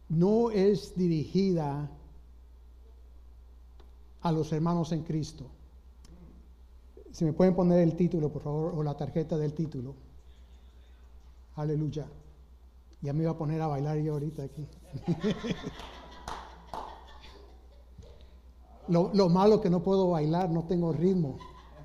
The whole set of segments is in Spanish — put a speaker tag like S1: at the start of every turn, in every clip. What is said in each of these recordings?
S1: no es dirigida a los hermanos en Cristo. Si me pueden poner el título, por favor, o la tarjeta del título. Aleluya. Ya me iba a poner a bailar yo ahorita aquí. Lo malo que no puedo bailar, no tengo ritmo.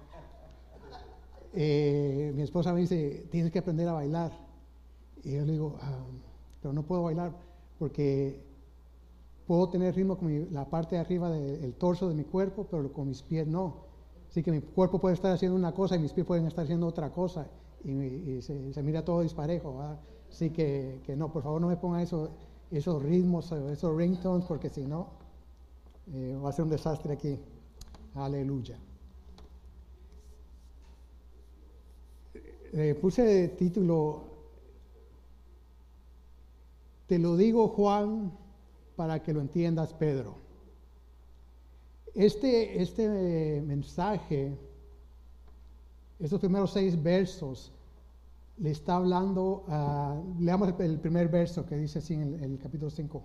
S1: Mi esposa me dice, tienes que aprender a bailar. Y yo le digo, pero no puedo bailar porque puedo tener ritmo con la parte de arriba del torso de mi cuerpo, pero con mis pies no. Así que mi cuerpo puede estar haciendo una cosa y mis pies pueden estar haciendo otra cosa. Y se mira todo disparejo, ¿verdad? Así que no, por favor no me pongan esos ritmos, esos ringtones, porque si no, va a ser un desastre aquí. Aleluya. Puse de título, te lo digo, Juan, para que lo entiendas, Pedro. Este mensaje, estos primeros 6 versos, le está hablando, leamos el primer verso que dice así en el capítulo 5.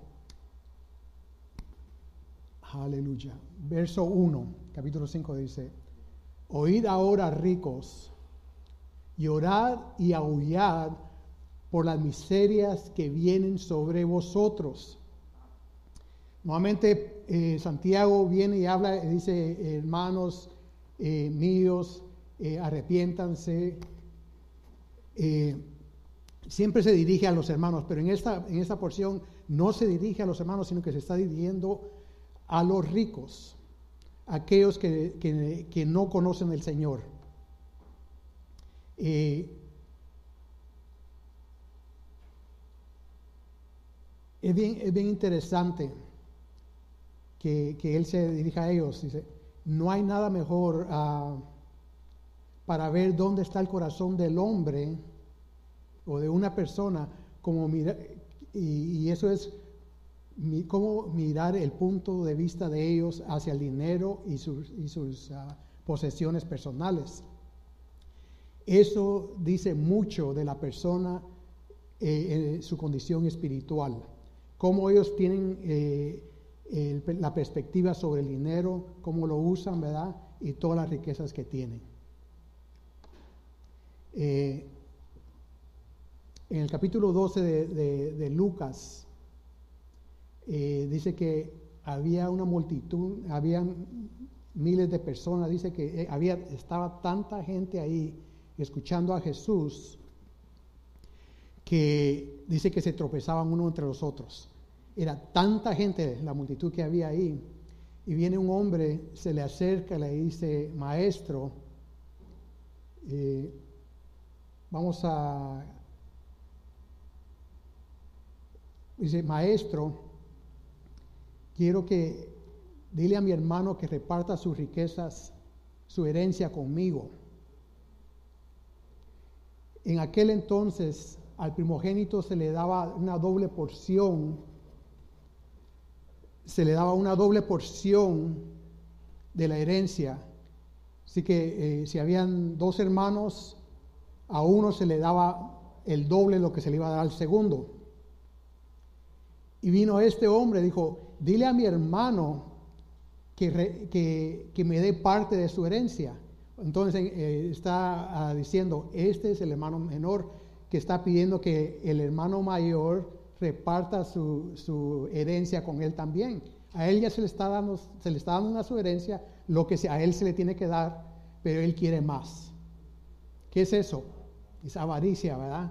S1: Aleluya. Verso 1, capítulo 5 dice, oíd ahora, ricos, llorad y aullad por las miserias que vienen sobre vosotros. Nuevamente Santiago viene y habla y dice, hermanos míos, arrepiéntanse. Siempre se dirige a los hermanos, pero en esta porción no se dirige a los hermanos, sino que se está dirigiendo a los ricos, aquellos que no conocen el Señor. Es bien interesante que Él se dirija a ellos. Dice, no hay nada mejor para ver dónde está el corazón del hombre o de una persona, como mirar, y eso es cómo mirar el punto de vista de ellos hacia el dinero y sus posesiones personales. Eso dice mucho de la persona, su condición espiritual, cómo ellos tienen la perspectiva sobre el dinero, cómo lo usan, ¿verdad? Y todas las riquezas que tienen. En el capítulo 12 de Lucas, dice que había una multitud, habían miles de personas, dice que estaba tanta gente ahí escuchando a Jesús, que dice que se tropezaban uno entre los otros. Era tanta gente, la multitud que había ahí, y viene un hombre, se le acerca, le dice, maestro, dice, maestro, quiero que dile a mi hermano que reparta sus riquezas, su herencia conmigo. En aquel entonces al primogénito se le daba una doble porción, de la herencia. Así que si habían 2 hermanos, a uno se le daba el doble de lo que se le iba a dar al segundo. Y vino este hombre, dijo, dile a mi hermano que me dé parte de su herencia. Entonces está diciendo, este es el hermano menor que está pidiendo que el hermano mayor reparta su herencia con él también. A él ya se le está dando una su herencia, lo que a él se le tiene que dar, pero él quiere más. ¿Qué es eso? Es avaricia, ¿verdad?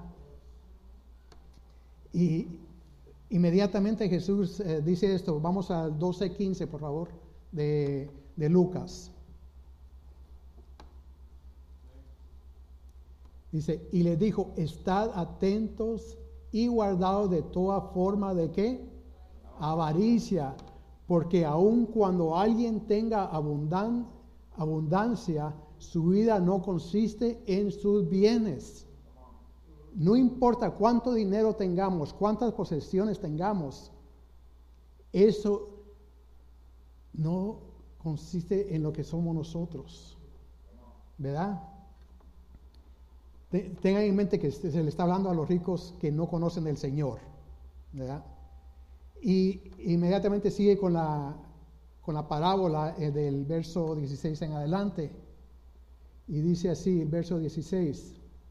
S1: Y inmediatamente Jesús dice esto. Vamos al 12:15, por favor, de Lucas. Dice, y le dijo, estad atentos y guardados de toda forma de ¿qué? Avaricia, porque aun cuando alguien tenga abundancia, su vida no consiste en sus bienes. No importa cuánto dinero tengamos, cuántas posesiones tengamos, eso no consiste en lo que somos nosotros, ¿verdad? Tengan en mente que se le está hablando a los ricos que no conocen el Señor, ¿verdad? Y inmediatamente sigue con la parábola del verso 16 en adelante. Y dice así, el verso 16.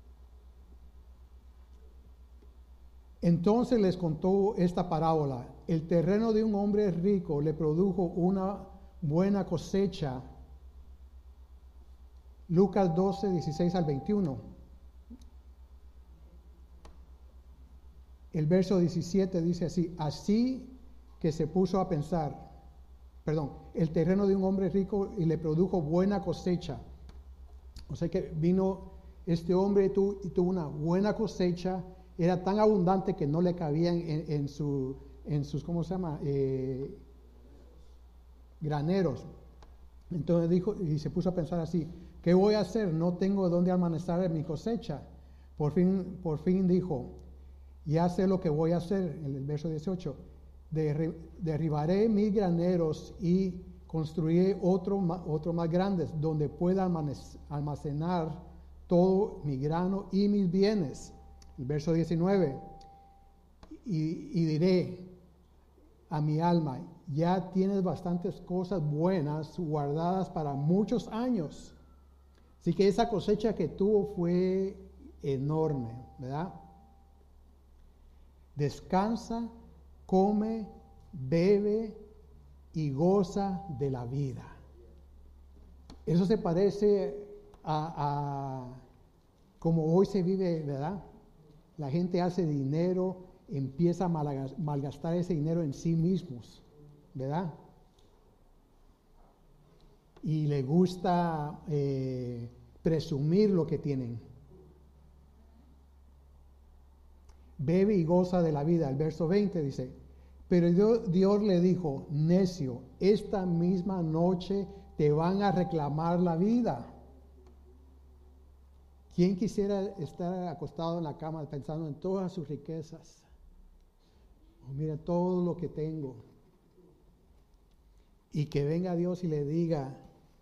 S1: Entonces les contó esta parábola. El terreno de un hombre rico le produjo una buena cosecha. Lucas 12, 16 al 21. El verso 17 dice así, así que se puso a pensar, el terreno de un hombre rico y le produjo buena cosecha. O sea que vino este hombre y tuvo una buena cosecha, era tan abundante que no le cabían en sus, ¿cómo se llama? Graneros. Entonces dijo, y se puso a pensar así, ¿qué voy a hacer? No tengo dónde almacenar mi cosecha. Por fin dijo, ya sé lo que voy a hacer, en el verso 18, derribaré mis graneros y construiré otro más grandes, donde pueda almacenar todo mi grano y mis bienes. El verso 19, y diré a mi alma, ya tienes bastantes cosas buenas guardadas para muchos años. Así que esa cosecha que tuvo fue enorme, ¿verdad? Descansa, come, bebe y goza de la vida. Eso se parece a como hoy se vive, ¿verdad? La gente hace dinero, empieza a malgastar ese dinero en sí mismos, ¿verdad? Y le gusta presumir lo que tienen. Bebe y goza de la vida. El verso 20 dice, pero Dios le dijo, necio, esta misma noche te van a reclamar la vida. ¿Quién quisiera estar acostado en la cama pensando en todas sus riquezas? Oh, mira todo lo que tengo. Y que venga Dios y le diga,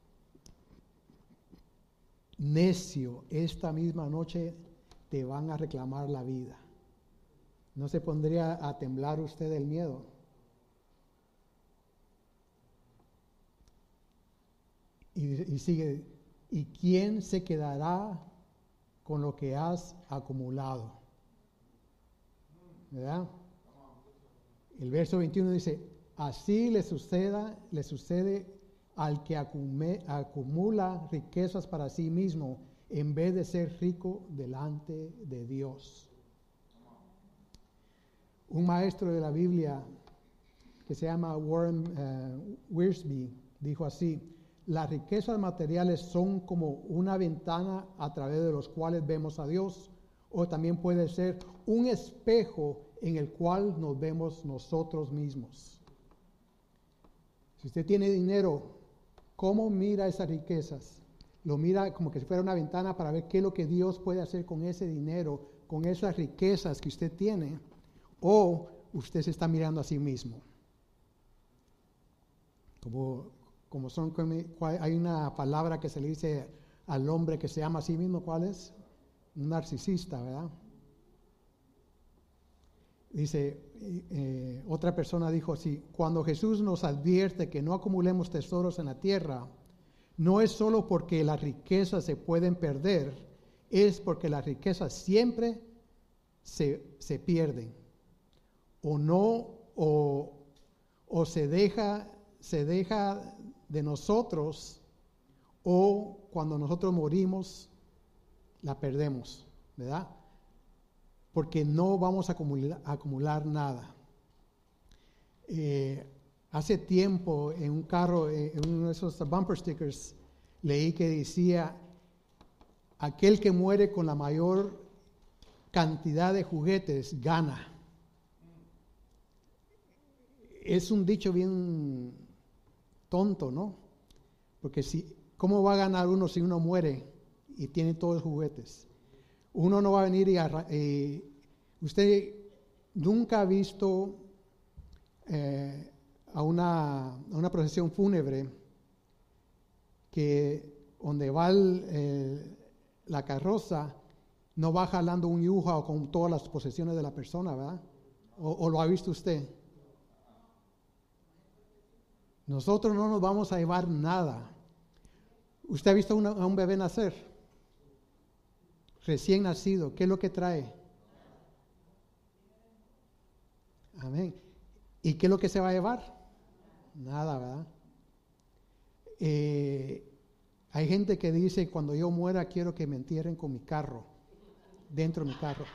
S1: necio, esta misma noche te van a reclamar la vida. ¿No se pondría a temblar usted del miedo? Y sigue, ¿y quién se quedará con lo que has acumulado? ¿Verdad? El verso 21 dice, así le sucede al que acumula riquezas para sí mismo en vez de ser rico delante de Dios. Un maestro de la Biblia que se llama Warren Wiersbe dijo así, las riquezas materiales son como una ventana a través de los cuales vemos a Dios, o también puede ser un espejo en el cual nos vemos nosotros mismos. Si usted tiene dinero, ¿cómo mira esas riquezas? Lo mira como que si fuera una ventana para ver qué es lo que Dios puede hacer con ese dinero, con esas riquezas que usted tiene, o usted se está mirando a sí mismo. Hay una palabra que se le dice al hombre que se ama a sí mismo, ¿cuál es? Un narcisista, ¿verdad? Dice, otra persona dijo así, cuando Jesús nos advierte que no acumulemos tesoros en la tierra, no es solo porque las riquezas se pueden perder, es porque las riquezas siempre se pierden. O se deja de nosotros, o cuando nosotros morimos, la perdemos, ¿verdad? Porque no vamos a acumular nada. Hace tiempo en un carro, en uno de esos bumper stickers, leí que decía, aquel que muere con la mayor cantidad de juguetes gana. Es un dicho bien tonto, ¿no? Porque ¿cómo va a ganar uno si uno muere y tiene todos los juguetes? Uno no va a venir usted nunca ha visto a una procesión fúnebre que donde va la carroza no va jalando un yuja o con todas las posesiones de la persona, ¿verdad? ¿O lo ha visto usted? Nosotros no nos vamos a llevar nada. ¿Usted ha visto a un bebé nacer? Recién nacido, ¿qué es lo que trae? Amén. ¿Y qué es lo que se va a llevar? Nada, ¿verdad? Hay gente que dice, cuando yo muera quiero que me entierren con mi carro, dentro de mi carro.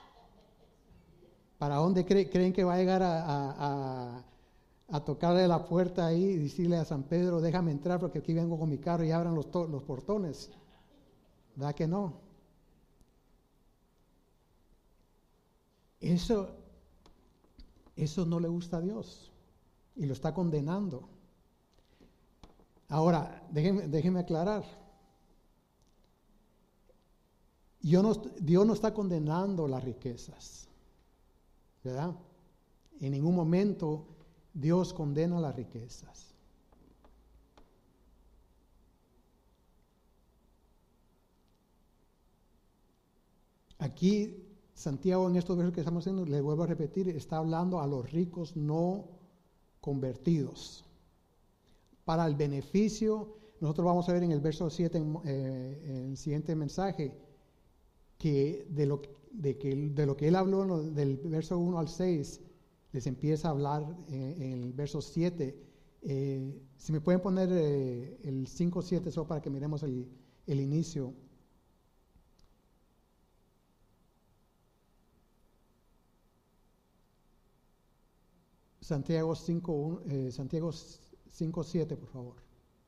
S1: ¿Para dónde creen que va a llegar a tocarle la puerta ahí y decirle a San Pedro, déjame entrar porque aquí vengo con mi carro y abran los portones? ¿Verdad que no? Eso no le gusta a Dios y lo está condenando. Ahora, déjenme aclarar. Dios no está condenando las riquezas, ¿verdad? En ningún momento Dios condena las riquezas. Aquí Santiago, en estos versos que estamos haciendo, le vuelvo a repetir, está hablando a los ricos no convertidos. Para el beneficio, nosotros vamos a ver en el verso 7, en el siguiente mensaje, que de lo que él habló del verso 1 al 6, les empieza a hablar en el verso 7. Si me pueden poner el 5-7 solo para que miremos el inicio. Santiago 5:7, por favor.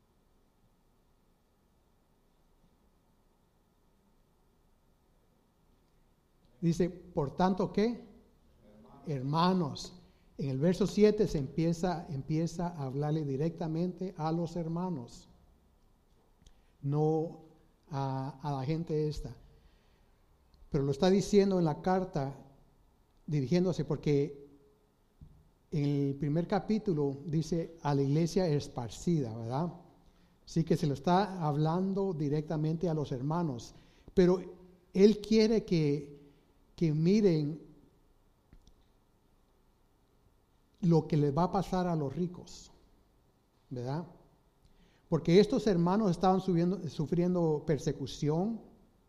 S1: Dice, por tanto, ¿qué? Hermanos. En el verso 7 se empieza a hablarle directamente a los hermanos, no a la gente esta. Pero lo está diciendo en la carta, dirigiéndose, porque en el primer capítulo dice a la iglesia esparcida, ¿verdad? Así que se lo está hablando directamente a los hermanos. Pero él quiere que miren lo que les va a pasar a los ricos, ¿verdad? Porque estos hermanos estaban sufriendo persecución,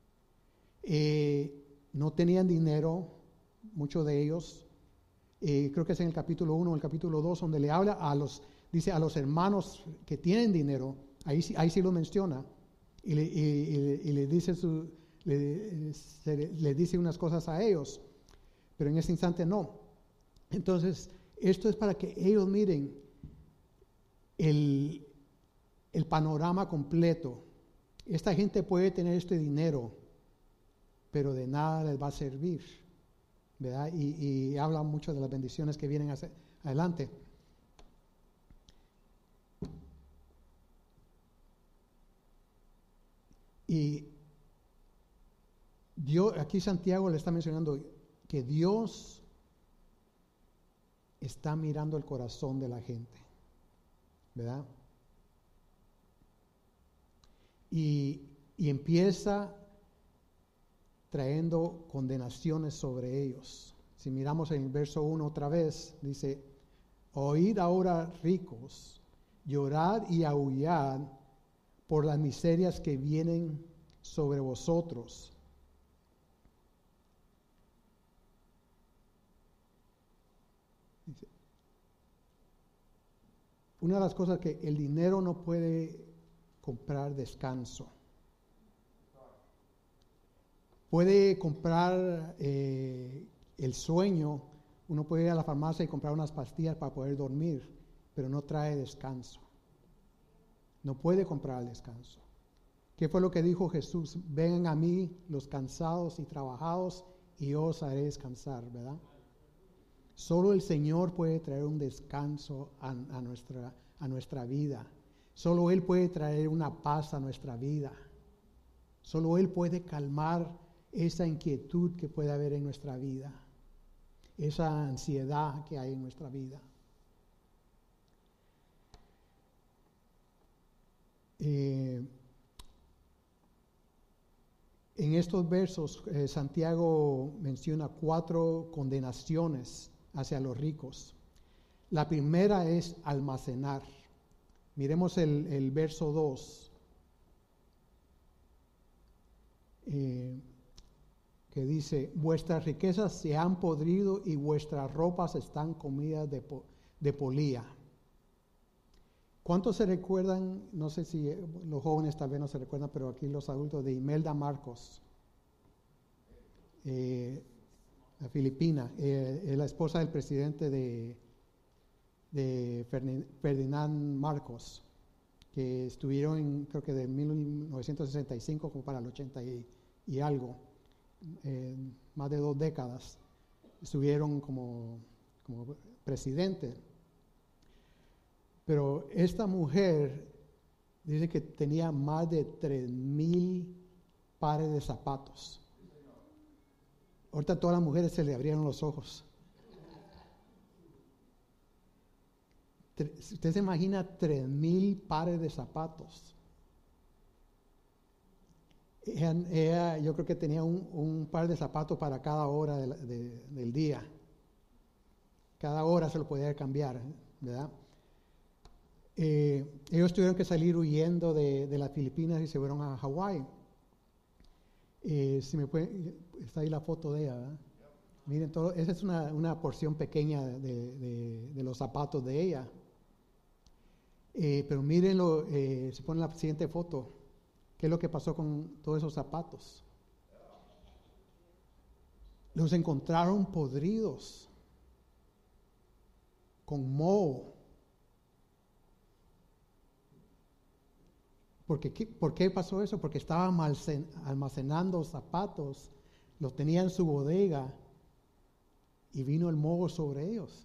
S1: no tenían dinero, muchos de ellos. Creo que es en el capítulo 1 o el capítulo 2 donde le habla dice a los hermanos que tienen dinero, ahí sí lo menciona, y le dice le dice unas cosas a ellos, pero en ese instante no. Entonces, esto es para que ellos miren el panorama completo. Esta gente puede tener este dinero, pero de nada les va a servir, ¿verdad? Y habla mucho de las bendiciones que vienen hacia adelante. Y aquí Santiago le está mencionando que Dios está mirando el corazón de la gente, ¿verdad? Y empieza trayendo condenaciones sobre ellos. Si miramos en el verso 1 otra vez, dice, oíd ahora ricos, llorad y aullad por las miserias que vienen sobre vosotros. Dice, una de las cosas que el dinero no puede comprar descanso. Puede comprar el sueño, uno puede ir a la farmacia y comprar unas pastillas para poder dormir, pero no trae descanso. No puede comprar el descanso. ¿Qué fue lo que dijo Jesús? Vengan a mí los cansados y trabajados y yo os haré descansar, ¿verdad? Solo el Señor puede traer un descanso a nuestra vida. Solo Él puede traer una paz a nuestra vida. Solo Él puede calmar esa inquietud que puede haber en nuestra vida, esa ansiedad que hay en nuestra vida. En estos versos, Santiago menciona 4 condenaciones hacia los ricos. La primera es almacenar. Miremos el verso 2, que dice, vuestras riquezas se han podrido y vuestras ropas están comidas de polilla. ¿Cuántos se recuerdan? No sé si los jóvenes tal vez no se recuerdan, pero aquí los adultos, de Imelda Marcos, la filipina, es la esposa del presidente de Ferdinand Marcos, que estuvieron creo que de 1965 como para el 80 y algo, más de 2 décadas, estuvieron como presidente. Pero esta mujer dice que tenía más de 3,000 pares de zapatos. Ahorita a todas las mujeres se le abrieron los ojos. Usted se imagina 3,000 pares de zapatos. Ella, yo creo que tenía un par de zapatos para cada hora del día. Cada hora se lo podía cambiar, ¿verdad? Ellos tuvieron que salir huyendo de las Filipinas y se fueron a Hawái. Si me puede, está ahí la foto de ella, ¿verdad? Miren, esa es una porción pequeña de los zapatos de ella. Pero mírenlo, se pone la siguiente foto. ¿Qué es lo que pasó con todos esos zapatos? Los encontraron podridos, con moho. ¿Por qué pasó eso? Porque estaba almacenando zapatos, los tenía en su bodega y vino el moho sobre ellos.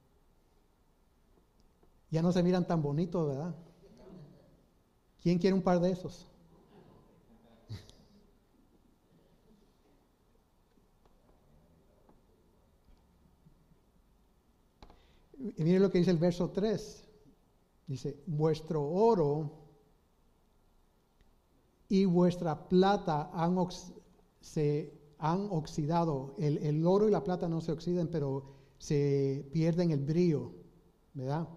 S1: Ya no se miran tan bonitos, ¿verdad? ¿Quién quiere un par de esos? Y miren lo que dice el verso 3. Dice, vuestro oro y vuestra plata se han oxidado. El oro y la plata no se oxidan, pero se pierden el brillo, ¿verdad?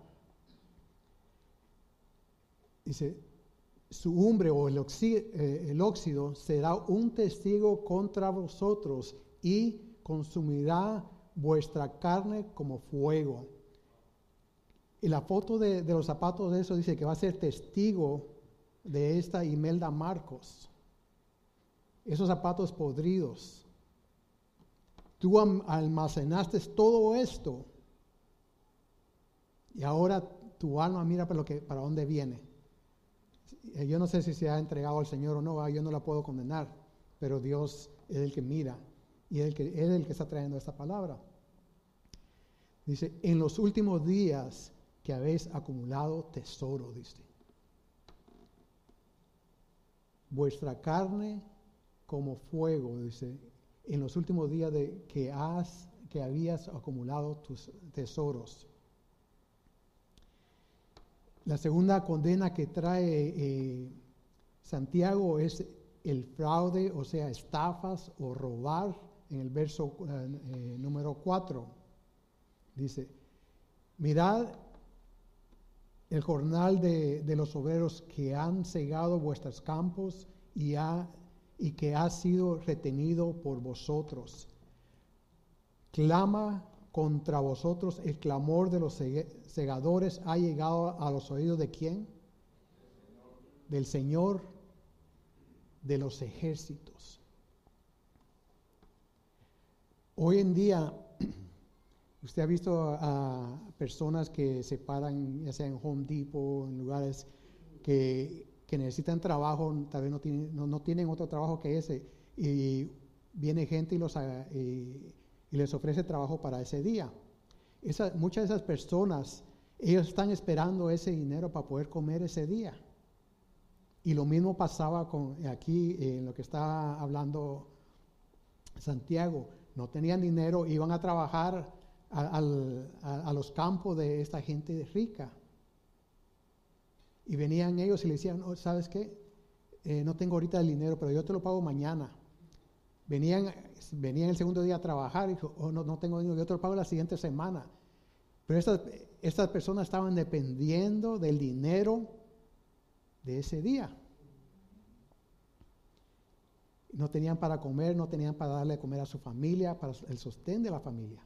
S1: Dice, su umbre o el óxido será un testigo contra vosotros y consumirá vuestra carne como fuego. Y la foto de los zapatos de eso dice que va a ser testigo de esta Imelda Marcos. Esos zapatos podridos. Tú almacenaste todo esto y ahora tu alma mira para dónde viene. Yo no sé si se ha entregado al Señor o no, yo no la puedo condenar, pero Dios es el que mira y es el que está trayendo esta palabra. Dice, en los últimos días que habéis acumulado tesoro, dice. Vuestra carne como fuego, dice, en los últimos días que habías acumulado tus tesoros. La segunda condena que trae Santiago es el fraude, o sea, estafas o robar, en el verso número 4. Dice, mirad el jornal de los obreros que han cegado vuestros campos y que ha sido retenido por vosotros. Clama contra vosotros, el clamor de los segadores ha llegado a los oídos ¿de quién? Del Señor de los ejércitos. Hoy en día, usted ha visto a personas que se paran, ya sea en Home Depot, en lugares que necesitan trabajo, tal vez no tienen otro trabajo que ese, y viene gente y les ofrece trabajo para ese día. Muchas de esas personas, ellos están esperando ese dinero para poder comer ese día. Y lo mismo pasaba aquí en lo que está hablando Santiago. No tenían dinero, iban a trabajar a los campos de esta gente rica. Y venían ellos y le decían, oh, ¿sabes qué? No tengo ahorita el dinero, pero yo te lo pago mañana. Venían el segundo día a trabajar y dijo, oh, no tengo dinero, yo te lo pago la siguiente semana. Pero estas personas estaban dependiendo del dinero de ese día. No tenían para comer, no tenían para darle de comer a su familia, para el sostén de la familia.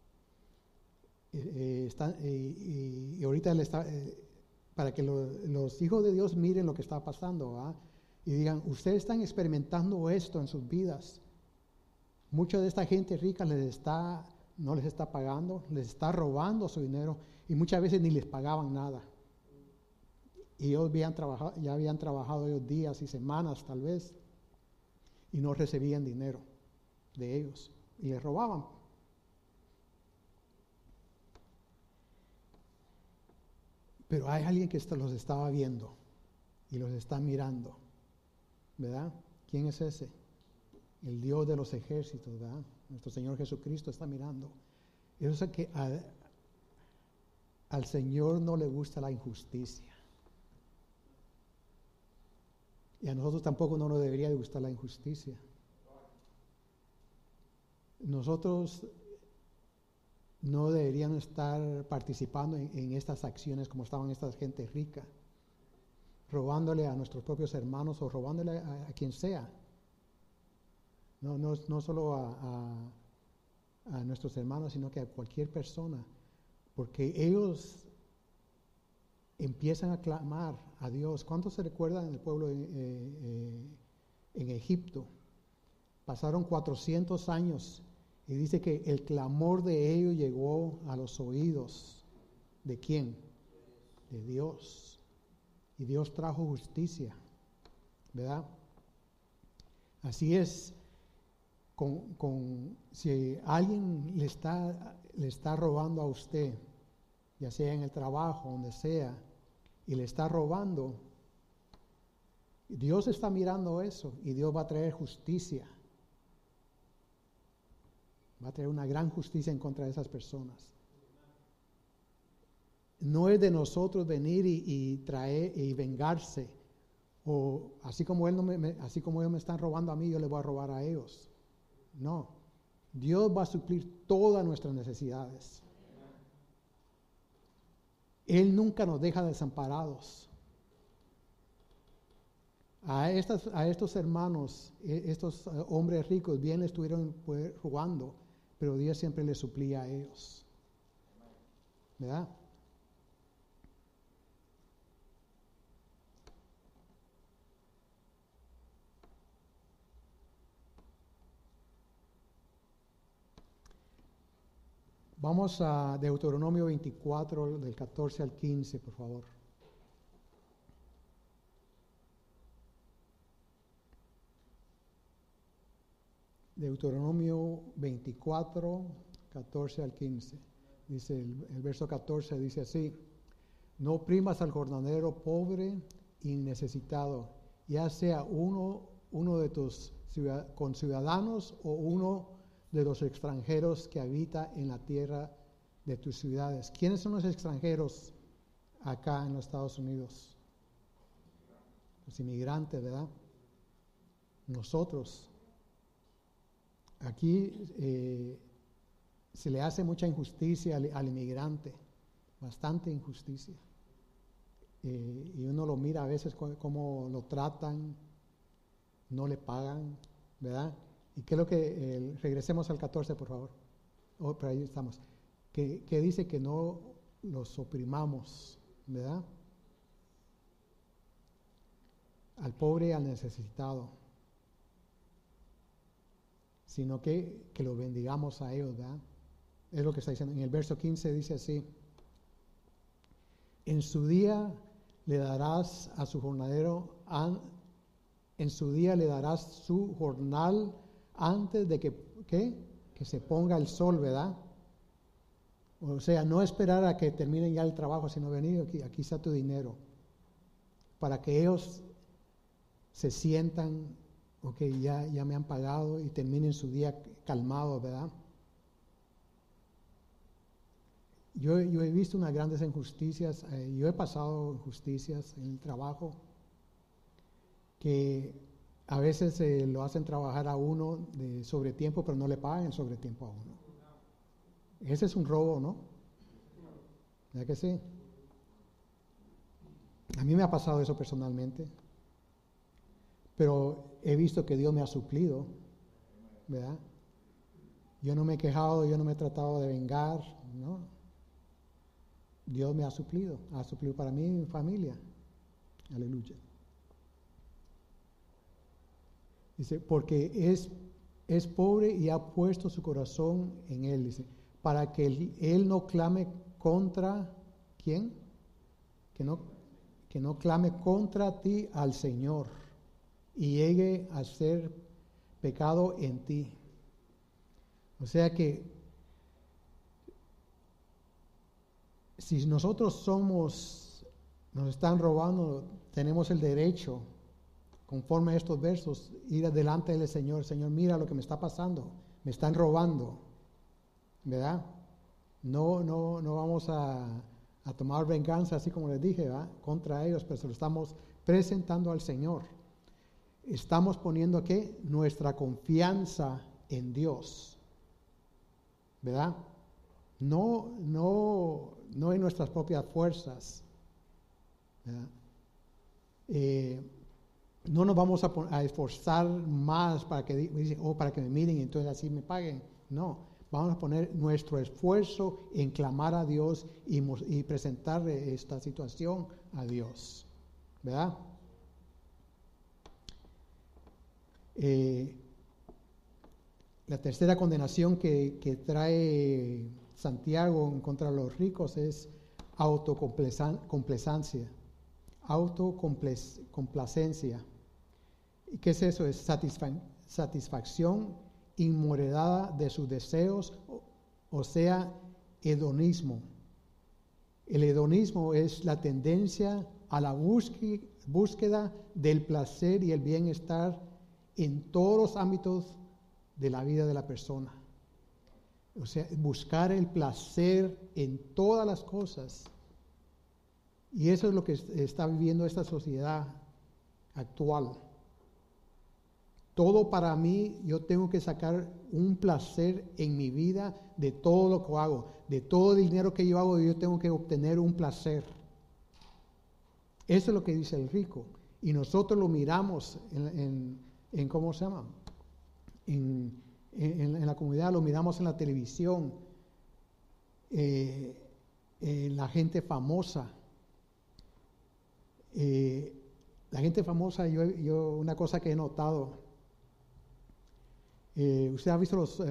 S1: Y ahorita para que los hijos de Dios miren lo que está pasando, ¿verdad? Y digan, ustedes están experimentando esto en sus vidas. Mucha de esta gente rica no les está pagando, les está robando su dinero y muchas veces ni les pagaban nada. Y ellos ya habían trabajado ellos días y semanas tal vez y no recibían dinero de ellos y les robaban. Pero hay alguien que los estaba viendo y los está mirando, ¿verdad? ¿Quién es ese? El Dios de los ejércitos, ¿verdad? Nuestro Señor Jesucristo está mirando. Eso es que al Señor no le gusta la injusticia. Y a nosotros tampoco no nos debería de gustar la injusticia. Nosotros no deberían estar participando en estas acciones como estaban estas gente rica, robándole a nuestros propios hermanos o robándole a quien sea. No solo a nuestros hermanos, sino que a cualquier persona, porque ellos empiezan a clamar a Dios. ¿Cuántos se recuerdan del pueblo en Egipto? Pasaron 400 años y dice que el clamor de ellos llegó a los oídos. ¿De quién? De Dios. Y Dios trajo justicia, ¿verdad? Así es. Si alguien le está robando a usted, ya sea en el trabajo, donde sea, y le está robando, Dios está mirando eso y Dios va a traer justicia. Va a traer una gran justicia en contra de esas personas. No es de nosotros venir y traer y vengarse, o así como ellos me están robando a mí, yo les voy a robar a ellos. No, Dios va a suplir todas nuestras necesidades. Él nunca nos deja desamparados. A estos hermanos, estos hombres ricos, bien le estuvieron robando, pero Dios siempre les suplía a ellos. ¿Verdad? Vamos a Deuteronomio 24, del 14 al 15, por favor. Deuteronomio 24, 14 al 15. Dice el verso 14, dice así: no oprimas al jornalero pobre y necesitado, ya sea uno de tus conciudadanos o uno de los extranjeros que habita en la tierra de tus ciudades. ¿Quiénes son los extranjeros acá en los Estados Unidos? Los inmigrantes, ¿verdad? Nosotros. Aquí se le hace mucha injusticia al inmigrante, bastante injusticia. Y uno lo mira a veces cómo lo tratan, no le pagan, ¿verdad? ¿Y qué es lo que, regresemos al 14, por favor? Por ahí estamos. Que dice que no los oprimamos, ¿verdad? Al pobre y al necesitado, sino que los bendigamos a ellos, ¿verdad? Es lo que está diciendo. En el verso 15 dice así: en su día le darás a su jornalero, en su día le darás su jornal antes de que se ponga el sol, ¿verdad? O sea, no esperar a que terminen ya el trabajo, sino venir aquí está tu dinero, para que ellos se sientan, ok, ya me han pagado, y terminen su día calmados, ¿verdad? Yo he visto unas grandes injusticias, yo he pasado injusticias en el trabajo, que a veces lo hacen trabajar a uno de sobretiempo, pero no le pagan el sobretiempo a uno. Ese es un robo, ¿no? ¿Verdad que sí? A mí me ha pasado eso personalmente, pero he visto que Dios me ha suplido, ¿verdad? Yo no me he quejado, yo no me he tratado de vengar, ¿no? Dios me ha suplido para mí y mi familia. Aleluya. Dice, porque es pobre y ha puesto su corazón en él, dice, para que él no clame contra, ¿quién? Que no clame contra ti al Señor y llegue a ser pecado en ti. O sea que si nosotros nos están robando, tenemos el derecho, conforme a estos versos, ir adelante del Señor. Señor, mira lo que me está pasando, me están robando, ¿verdad? No vamos a tomar venganza, así como les dije, ¿verdad? Contra ellos, pero se lo estamos presentando al Señor. Estamos poniendo ¿qué? Nuestra confianza en Dios, ¿verdad? No en nuestras propias fuerzas, ¿verdad? No nos vamos a esforzar más para que me miren y entonces así me paguen. No, vamos a poner nuestro esfuerzo en clamar a Dios y presentarle esta situación a Dios, ¿verdad? La tercera condenación que trae Santiago en contra de los ricos es autocomplacencia. Autocomplacencia. ¿Y qué es eso? Es satisfacción inmoderada de sus deseos, o sea, hedonismo. El hedonismo es la tendencia a la búsqueda del placer y el bienestar en todos los ámbitos de la vida de la persona. O sea, buscar el placer en todas las cosas. Y eso es lo que está viviendo esta sociedad actual. Todo para mí, yo tengo que sacar un placer en mi vida de todo lo que hago, de todo el dinero que yo hago, yo tengo que obtener un placer. Eso es lo que dice el rico. Y nosotros lo miramos en ¿cómo se llama? En la comunidad, lo miramos en la televisión, en la gente famosa. La gente famosa, yo una cosa que he notado, usted ha visto los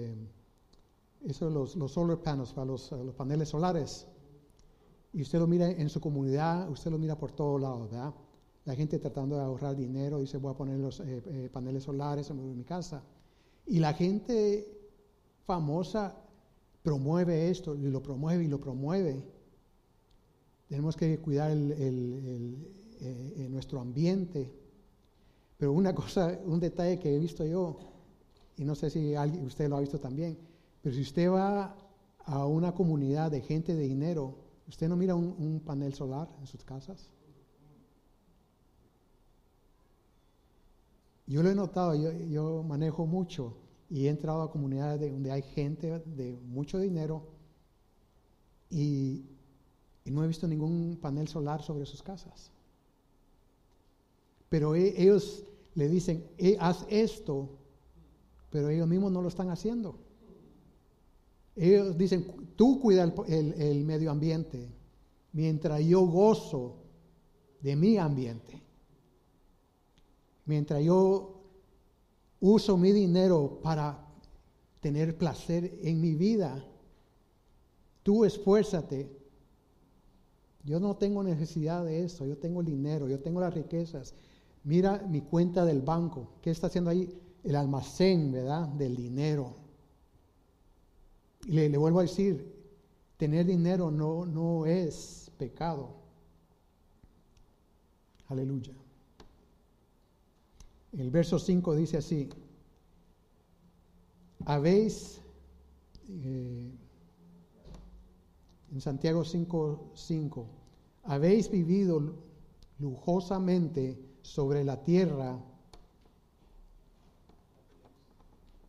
S1: solar panels, los paneles solares, y usted lo mira en su comunidad, usted lo mira por todos lados, ¿verdad? La gente tratando de ahorrar dinero, dice voy a poner los paneles solares en mi casa, y la gente famosa promueve esto, y lo promueve y lo promueve. Tenemos que cuidar nuestro ambiente. Pero una cosa, un detalle que he visto yo, y no sé si usted lo ha visto también, pero si usted va a una comunidad de gente de dinero, ¿usted no mira un panel solar en sus casas? Yo lo he notado, yo manejo mucho y he entrado a comunidades donde hay gente de mucho dinero y no he visto ningún panel solar sobre sus casas. Pero ellos le dicen, haz esto, pero ellos mismos no lo están haciendo. Ellos dicen, tú cuida el medio ambiente, mientras yo gozo de mi ambiente. Mientras yo uso mi dinero para tener placer en mi vida, tú esfuérzate. Yo no tengo necesidad de eso, yo tengo el dinero, yo tengo las riquezas. Mira mi cuenta del banco, ¿qué está haciendo ahí? El almacén, ¿verdad? Del dinero. Y le vuelvo a decir, tener dinero no es pecado. Aleluya. El verso 5 dice así, habéis, en Santiago 5:5, habéis vivido lujosamente sobre la tierra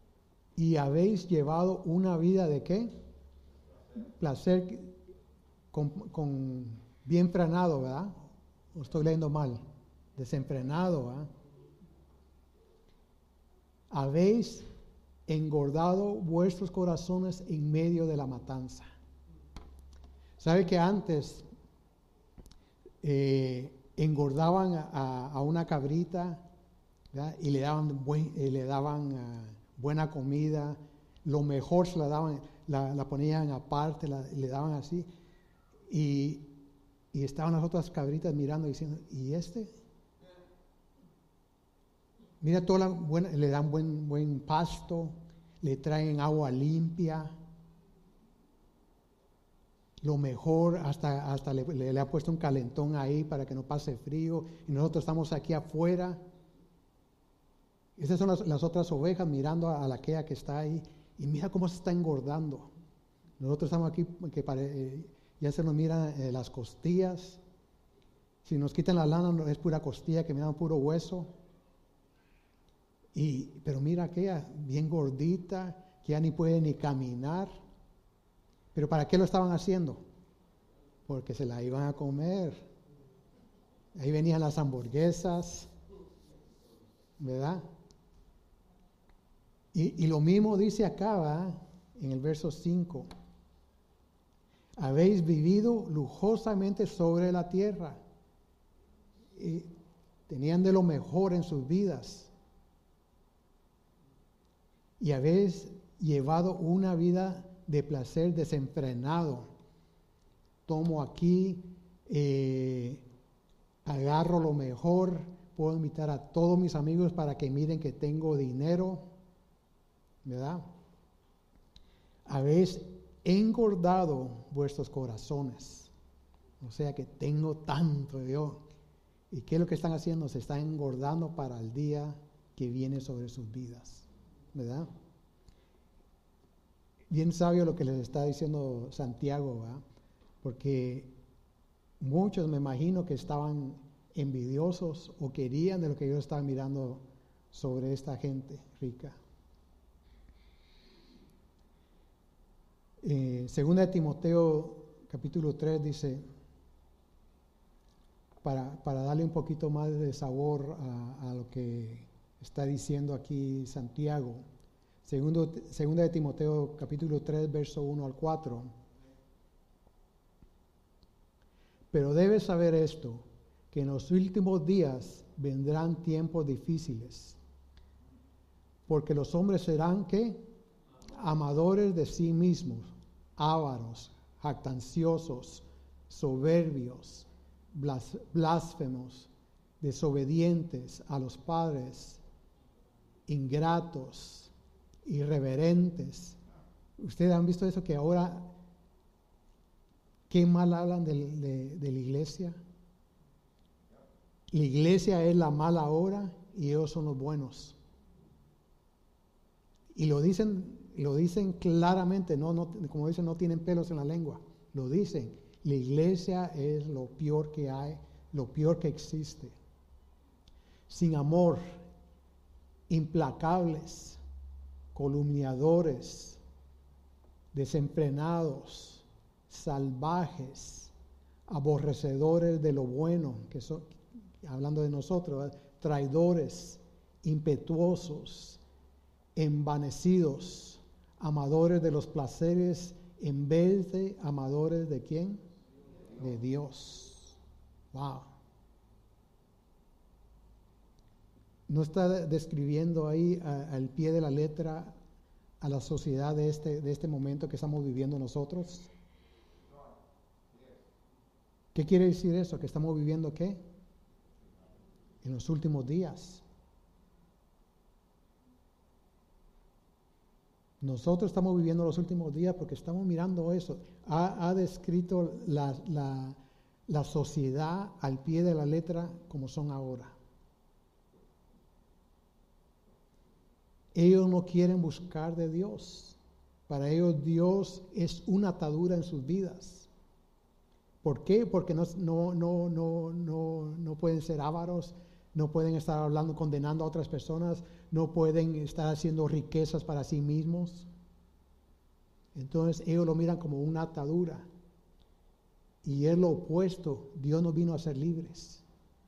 S1: y habéis llevado una vida de ¿qué? Placer con bien frenado, ¿verdad? ¿O estoy leyendo mal? Desenfrenado, ¿verdad? Habéis engordado vuestros corazones en medio de la matanza. ¿Sabe que antes engordaban a una cabrita, ¿verdad? Y le daban buena comida, lo mejor se la daban, la ponían aparte, le daban así, y estaban las otras cabritas mirando diciendo, ¿y este? Mira toda la buena, le dan buen pasto, le traen agua limpia, lo mejor, hasta le ha puesto un calentón ahí para que no pase frío, y nosotros estamos aquí afuera. Esas son las otras ovejas mirando a aquella que está ahí, y mira cómo se está engordando. Nosotros estamos aquí, ya se nos miran las costillas. Si nos quitan la lana es pura costilla, que miran puro hueso. Pero mira aquella bien gordita, que ya ni puede ni caminar. ¿Pero para qué lo estaban haciendo? Porque se la iban a comer. Ahí venían las hamburguesas, ¿verdad? Y lo mismo dice acá, ¿verdad? En el verso 5. Habéis vivido lujosamente sobre la tierra. Y tenían de lo mejor en sus vidas. Y habéis llevado una vida de placer desenfrenado. Tomo aquí, agarro lo mejor, puedo invitar a todos mis amigos para que miren que tengo dinero, ¿verdad? Habéis engordado vuestros corazones. O sea que tengo tanto yo. ¿Y qué es lo que están haciendo? Se están engordando para el día que viene sobre sus vidas, ¿verdad? Bien sabio lo que les está diciendo Santiago, ¿verdad? Porque muchos me imagino que estaban envidiosos o querían de lo que yo estaba mirando sobre esta gente rica. Segunda de Timoteo capítulo 3 dice, para darle un poquito más de sabor a lo que está diciendo aquí Santiago, segunda de Timoteo capítulo 3 verso 1 al 4. Pero debes saber esto, que en los últimos días vendrán tiempos difíciles, porque los hombres serán, ¿qué? Amadores de sí mismos, ávaros, jactanciosos, soberbios, blasfemos, desobedientes a los padres, ingratos, irreverentes. Ustedes han visto eso, que ahora qué mal hablan de la iglesia. La iglesia es la mala ahora y ellos son los buenos. Y lo dicen claramente, no, como dicen, no tienen pelos en la lengua. Lo dicen, la iglesia es lo peor que hay, lo peor que existe. Sin amor, implacables, calumniadores, desenfrenados, salvajes, aborrecedores de lo bueno, que son, hablando de nosotros, ¿verdad? Traidores, impetuosos, envanecidos, amadores de los placeres en vez de amadores de ¿quién? De Dios. Wow. ¿No está describiendo ahí al pie de la letra a la sociedad de este momento que estamos viviendo nosotros? ¿Qué quiere decir eso? ¿Que estamos viviendo qué? En los últimos días. Nosotros estamos viviendo los últimos días porque estamos mirando eso. Ha descrito la sociedad al pie de la letra como son ahora. Ellos no quieren buscar de Dios. Para ellos Dios es una atadura en sus vidas. ¿Por qué? Porque no pueden ser ávaros, no pueden estar hablando, condenando a otras personas, no pueden estar haciendo riquezas para sí mismos. Entonces ellos lo miran como una atadura. Y es lo opuesto. Dios no vino a ser libres.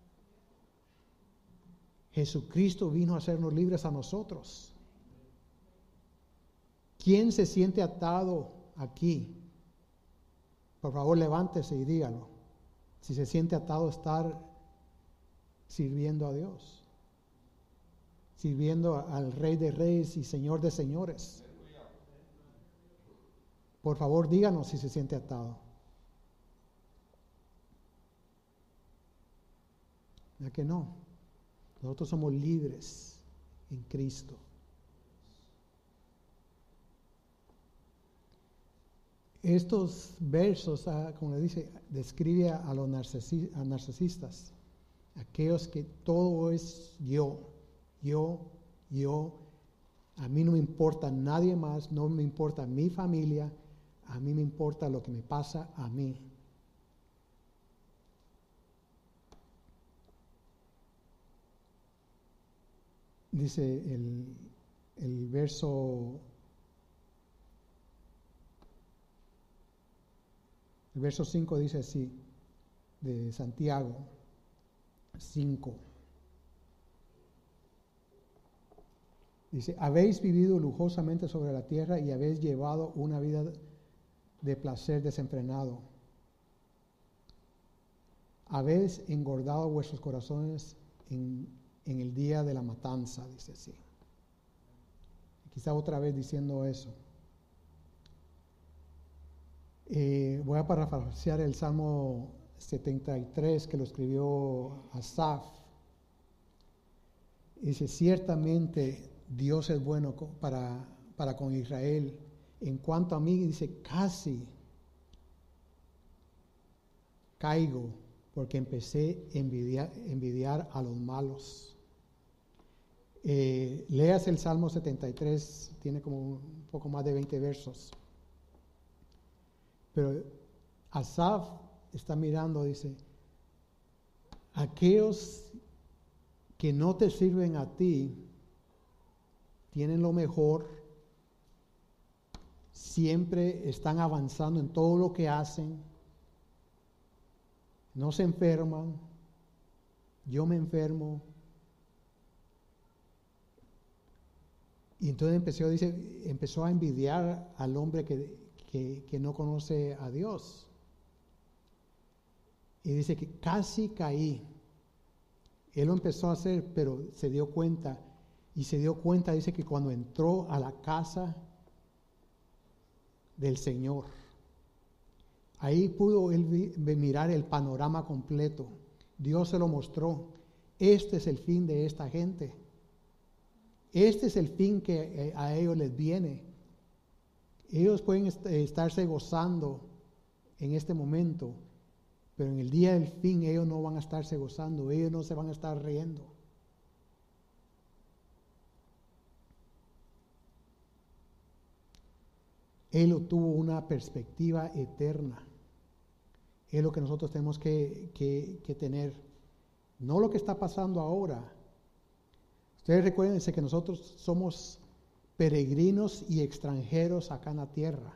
S1: Jesucristo vino a hacernos libres a nosotros. ¿Quién se siente atado aquí? Por favor, levántese y dígalo. Si se siente atado a estar sirviendo a Dios, sirviendo al Rey de Reyes y Señor de Señores. Por favor, díganos si se siente atado. ¿Verdad que no? Nosotros somos libres en Cristo. Estos versos, como le dice, describe a los narcisistas, aquellos que todo es yo. A mí no me importa nadie más, no me importa mi familia, a mí me importa lo que me pasa a mí. Dice el verso 5 dice así, de Santiago 5. Dice, habéis vivido lujosamente sobre la tierra y habéis llevado una vida de placer desenfrenado. Habéis engordado vuestros corazones en el día de la matanza, dice así. Quizá otra vez diciendo eso. Voy a parafrasear el Salmo 73 que lo escribió Asaf. Dice, ciertamente Dios es bueno para con Israel. En cuanto a mí, dice, casi caigo porque empecé a envidiar a los malos. Leas el Salmo 73, tiene como un poco más de 20 versos. Pero Asaf está mirando, dice, aquellos que no te sirven a ti, tienen lo mejor, siempre están avanzando en todo lo que hacen, no se enferman, yo me enfermo. Y entonces empezó a envidiar al hombre que no conoce a Dios. Y dice que casi caí. Él lo empezó a hacer, pero se dio cuenta. Y se dio cuenta, dice que cuando entró a la casa del Señor, ahí pudo él mirar el panorama completo. Dios se lo mostró. Este es el fin de esta gente. Este es el fin que a ellos les viene. Ellos pueden estarse gozando en este momento, pero en el día del fin ellos no van a estarse gozando, ellos no se van a estar riendo. Él tuvo una perspectiva eterna. Es lo que nosotros tenemos que tener. No lo que está pasando ahora. Ustedes recuérdense que nosotros somos peregrinos y extranjeros acá en la tierra.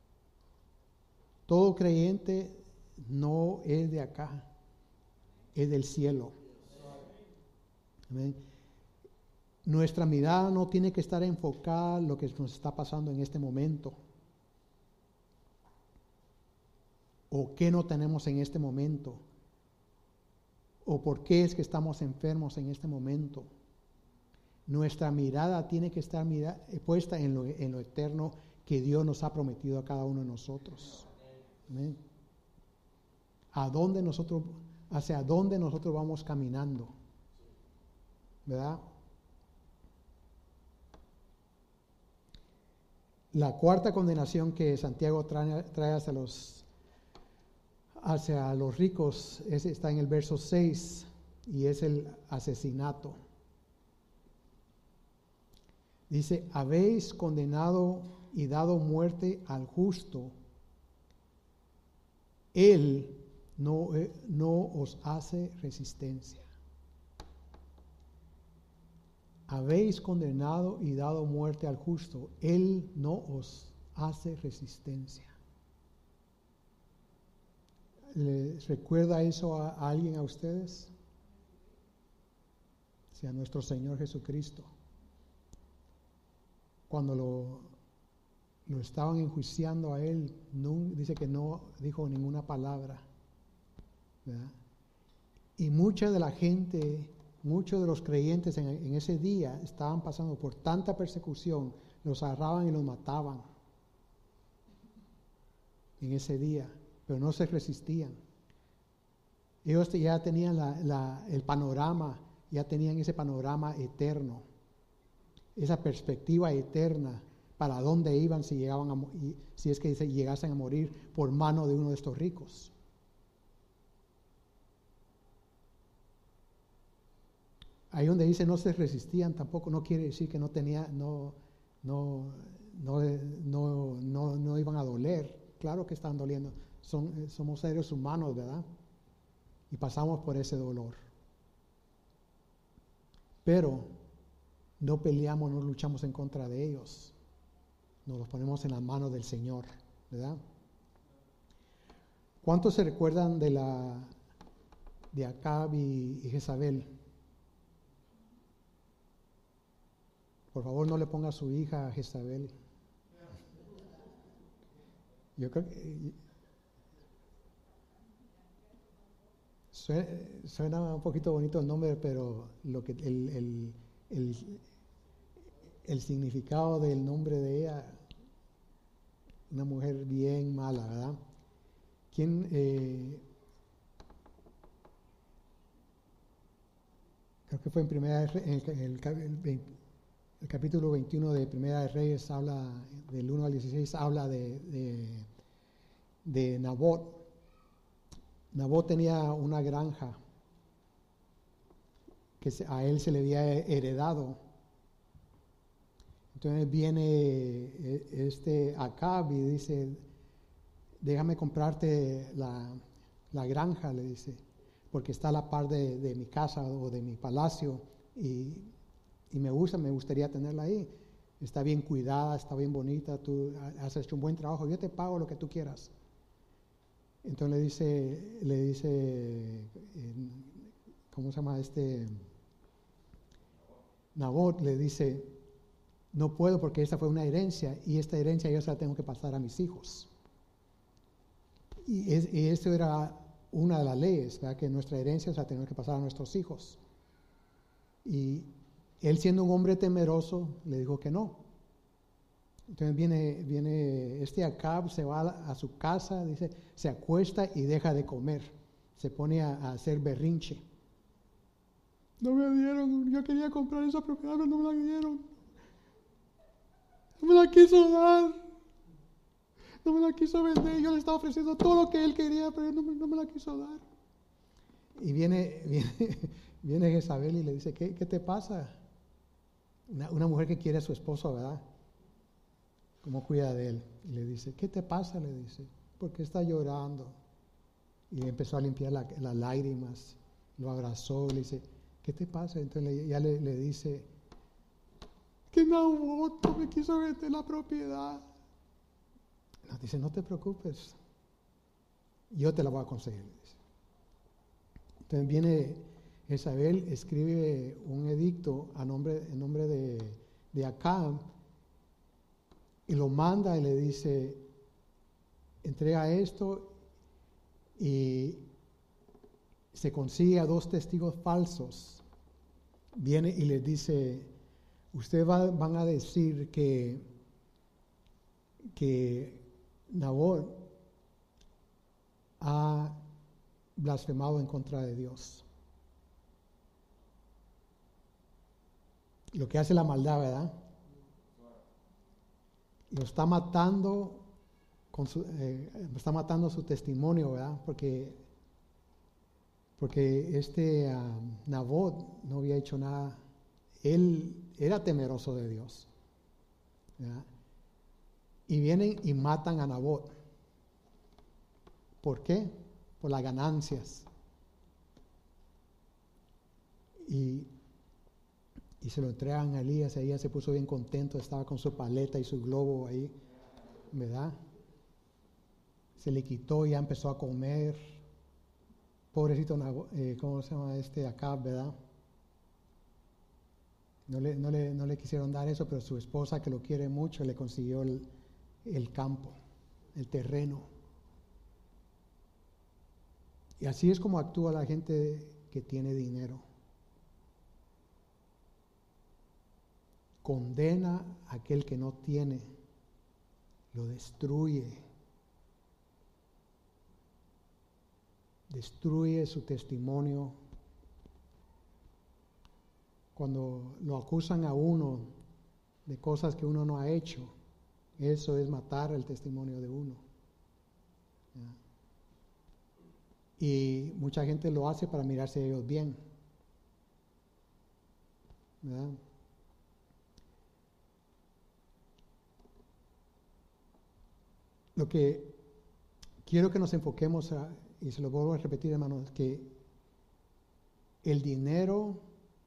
S1: Todo creyente no es de acá, es del cielo. Amén. Nuestra mirada no tiene que estar enfocada en lo que nos está pasando en este momento. O qué no tenemos en este momento. O por qué es que estamos enfermos en este momento. Nuestra mirada tiene que estar puesta en lo eterno que Dios nos ha prometido a cada uno de nosotros. Amén. Hacia dónde nosotros vamos caminando. ¿Verdad? La cuarta condenación que Santiago trae hacia los ricos está en el verso 6 y es el asesinato. Dice, habéis condenado y dado muerte al justo. Él no os hace resistencia. Habéis condenado y dado muerte al justo. Él no os hace resistencia. ¿Les recuerda eso a alguien, a ustedes? Sí, a nuestro Señor Jesucristo. Cuando lo estaban enjuiciando a Él, dice que no dijo ninguna palabra, ¿verdad? Y mucha de la gente, muchos de los creyentes en ese día estaban pasando por tanta persecución, los agarraban y los mataban en ese día, pero no se resistían. Ellos ya tenían el panorama, ya tenían ese panorama eterno, esa perspectiva eterna para dónde iban si si es que llegasen a morir por mano de uno de estos ricos. Ahí donde dice no se resistían, tampoco no quiere decir que no iban a doler. Claro que están doliendo. Somos seres humanos, ¿verdad? Y pasamos por ese dolor. Pero no peleamos, no luchamos en contra de ellos. Nos los ponemos en las manos del Señor, ¿verdad? ¿Cuántos se recuerdan de Acab y Jezabel? Por favor, no le ponga a su hija a Jezabel. Yo creo que suena un poquito bonito el nombre, pero el significado del nombre de ella, una mujer bien mala, ¿verdad? Creo que fue en el capítulo 21 de Primera de Reyes, habla del 1 al 16, habla de Nabot. Nabot tenía una granja que a él se le había heredado. Entonces viene Acab y dice, déjame comprarte la granja, le dice, porque está a la par de mi casa o de mi palacio y me gustaría tenerla ahí. Está bien cuidada, está bien bonita, tú has hecho un buen trabajo, yo te pago lo que tú quieras. Entonces le dice, ¿cómo se llama Nabot le dice, no puedo porque esta fue una herencia y esta herencia yo se la tengo que pasar a mis hijos. Y esto era una de las leyes, ¿verdad? Que nuestra herencia se la tenemos que pasar a nuestros hijos. Y él, siendo un hombre temeroso, le dijo que no. Entonces viene Acab, se va a su casa, dice, se acuesta y deja de comer. Se pone a hacer berrinche. No me dieron, yo quería comprar esa propiedad, pero no me la dieron. No me la quiso dar. No me la quiso vender. Yo le estaba ofreciendo todo lo que él quería, pero no me la quiso dar. Y viene Jezabel y le dice, ¿qué te pasa? Una mujer que quiere a su esposo, ¿verdad? ¿Cómo cuida de él? Y le dice, ¿qué te pasa? Le dice, ¿por qué está llorando? Y empezó a limpiar las lágrimas, lo abrazó, le dice, ¿qué te pasa? Entonces ya le dice, que Nabot no me quiso vender la propiedad. No, dice, no te preocupes, yo te la voy a conseguir. Dice. Entonces viene Jezabel, escribe un edicto en nombre de Acab y lo manda y le dice, entrega esto y se consigue a 2 testigos falsos. Viene y les dice, ustedes van a decir que Nabot ha blasfemado en contra de Dios. Lo que hace la maldad, ¿verdad? Lo está matando está matando su testimonio, ¿verdad? Porque Nabot no había hecho nada. Él era temeroso de Dios, ¿verdad? Y vienen y matan a Nabot. ¿Por qué? Por las ganancias. Y se lo entregan a Elías. Elías se puso bien contento, estaba con su paleta y su globo ahí, ¿verdad? se le quitó y ya empezó a comer. Pobrecito, ¿cómo se llama Acab, verdad? No le quisieron dar eso, pero su esposa, que lo quiere mucho, le consiguió el campo, el terreno. Y así es como actúa la gente que tiene dinero. Condena a aquel que no tiene, lo destruye. Destruye su testimonio. Cuando lo acusan a uno de cosas que uno no ha hecho, eso es matar el testimonio de uno. Y mucha gente lo hace para mirarse ellos bien. ¿Verdad? Lo que quiero que nos enfoquemos, y se lo vuelvo a repetir, hermanos, que el dinero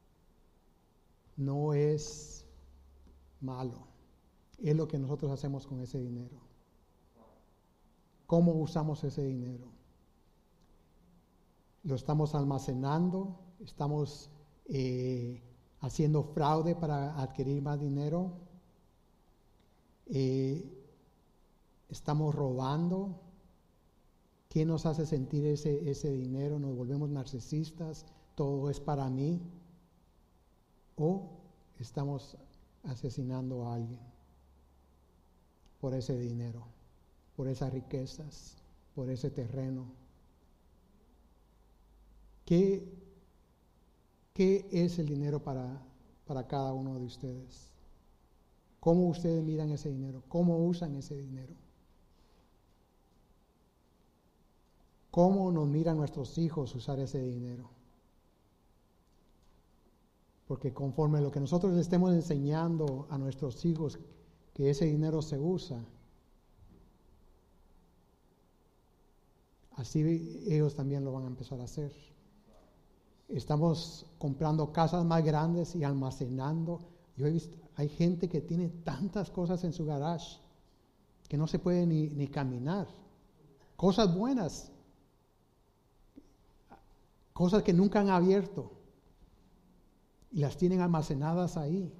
S1: no es malo, es lo que nosotros hacemos con ese dinero. ¿Cómo usamos ese dinero? ¿Lo estamos almacenando? ¿Estamos haciendo fraude para adquirir más dinero? ¿Estamos robando? ¿Qué nos hace sentir ese dinero? ¿Nos volvemos narcisistas? ¿Todo es para mí? ¿O estamos asesinando a alguien por ese dinero, por esas riquezas, por ese terreno? ¿Qué es el dinero para cada uno de ustedes? ¿Cómo ustedes miran ese dinero? ¿Cómo usan ese dinero? ¿Cómo nos miran nuestros hijos usar ese dinero? Porque conforme lo que nosotros le estemos enseñando a nuestros hijos que ese dinero se usa, así ellos también lo van a empezar a hacer. Estamos comprando casas más grandes y almacenando. Yo he visto, hay gente que tiene tantas cosas en su garage que no se puede ni caminar. Cosas buenas, cosas que nunca han abierto y las tienen almacenadas ahí.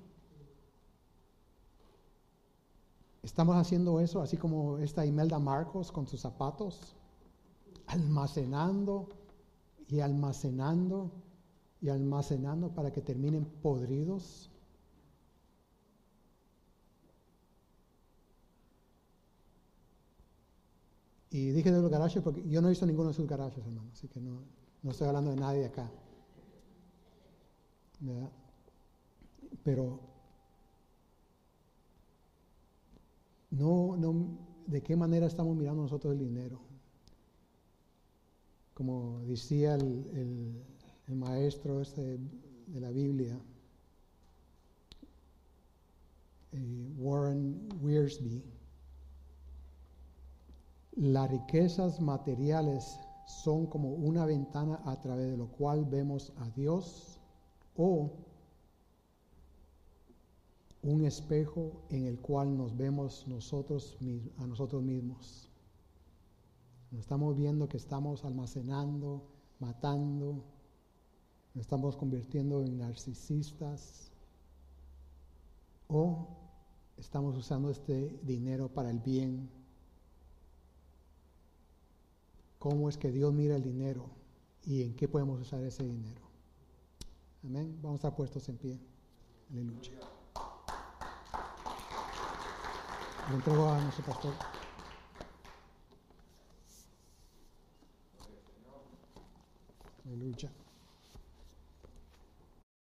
S1: Estamos haciendo eso, así como esta Imelda Marcos con sus zapatos, almacenando y almacenando y almacenando para que terminen podridos. Y dije de los garajes porque yo no he visto ninguno de sus garajes, hermano, así que no estoy hablando de nadie acá, ¿verdad? Pero ¿de qué manera estamos mirando nosotros el dinero? Como decía el maestro de la Biblia, Warren Wiersbe, las riquezas materiales son como una ventana a través de lo cual vemos a Dios, o un espejo en el cual nos vemos a nosotros mismos. Nos estamos viendo que estamos almacenando, matando, nos estamos convirtiendo en narcisistas, o estamos usando este dinero para el bien. ¿Cómo es que Dios mira el dinero y en qué podemos usar ese dinero? Amén. Vamos a estar puestos en pie. Aleluya. Le entrego a nuestro pastor. Aleluya.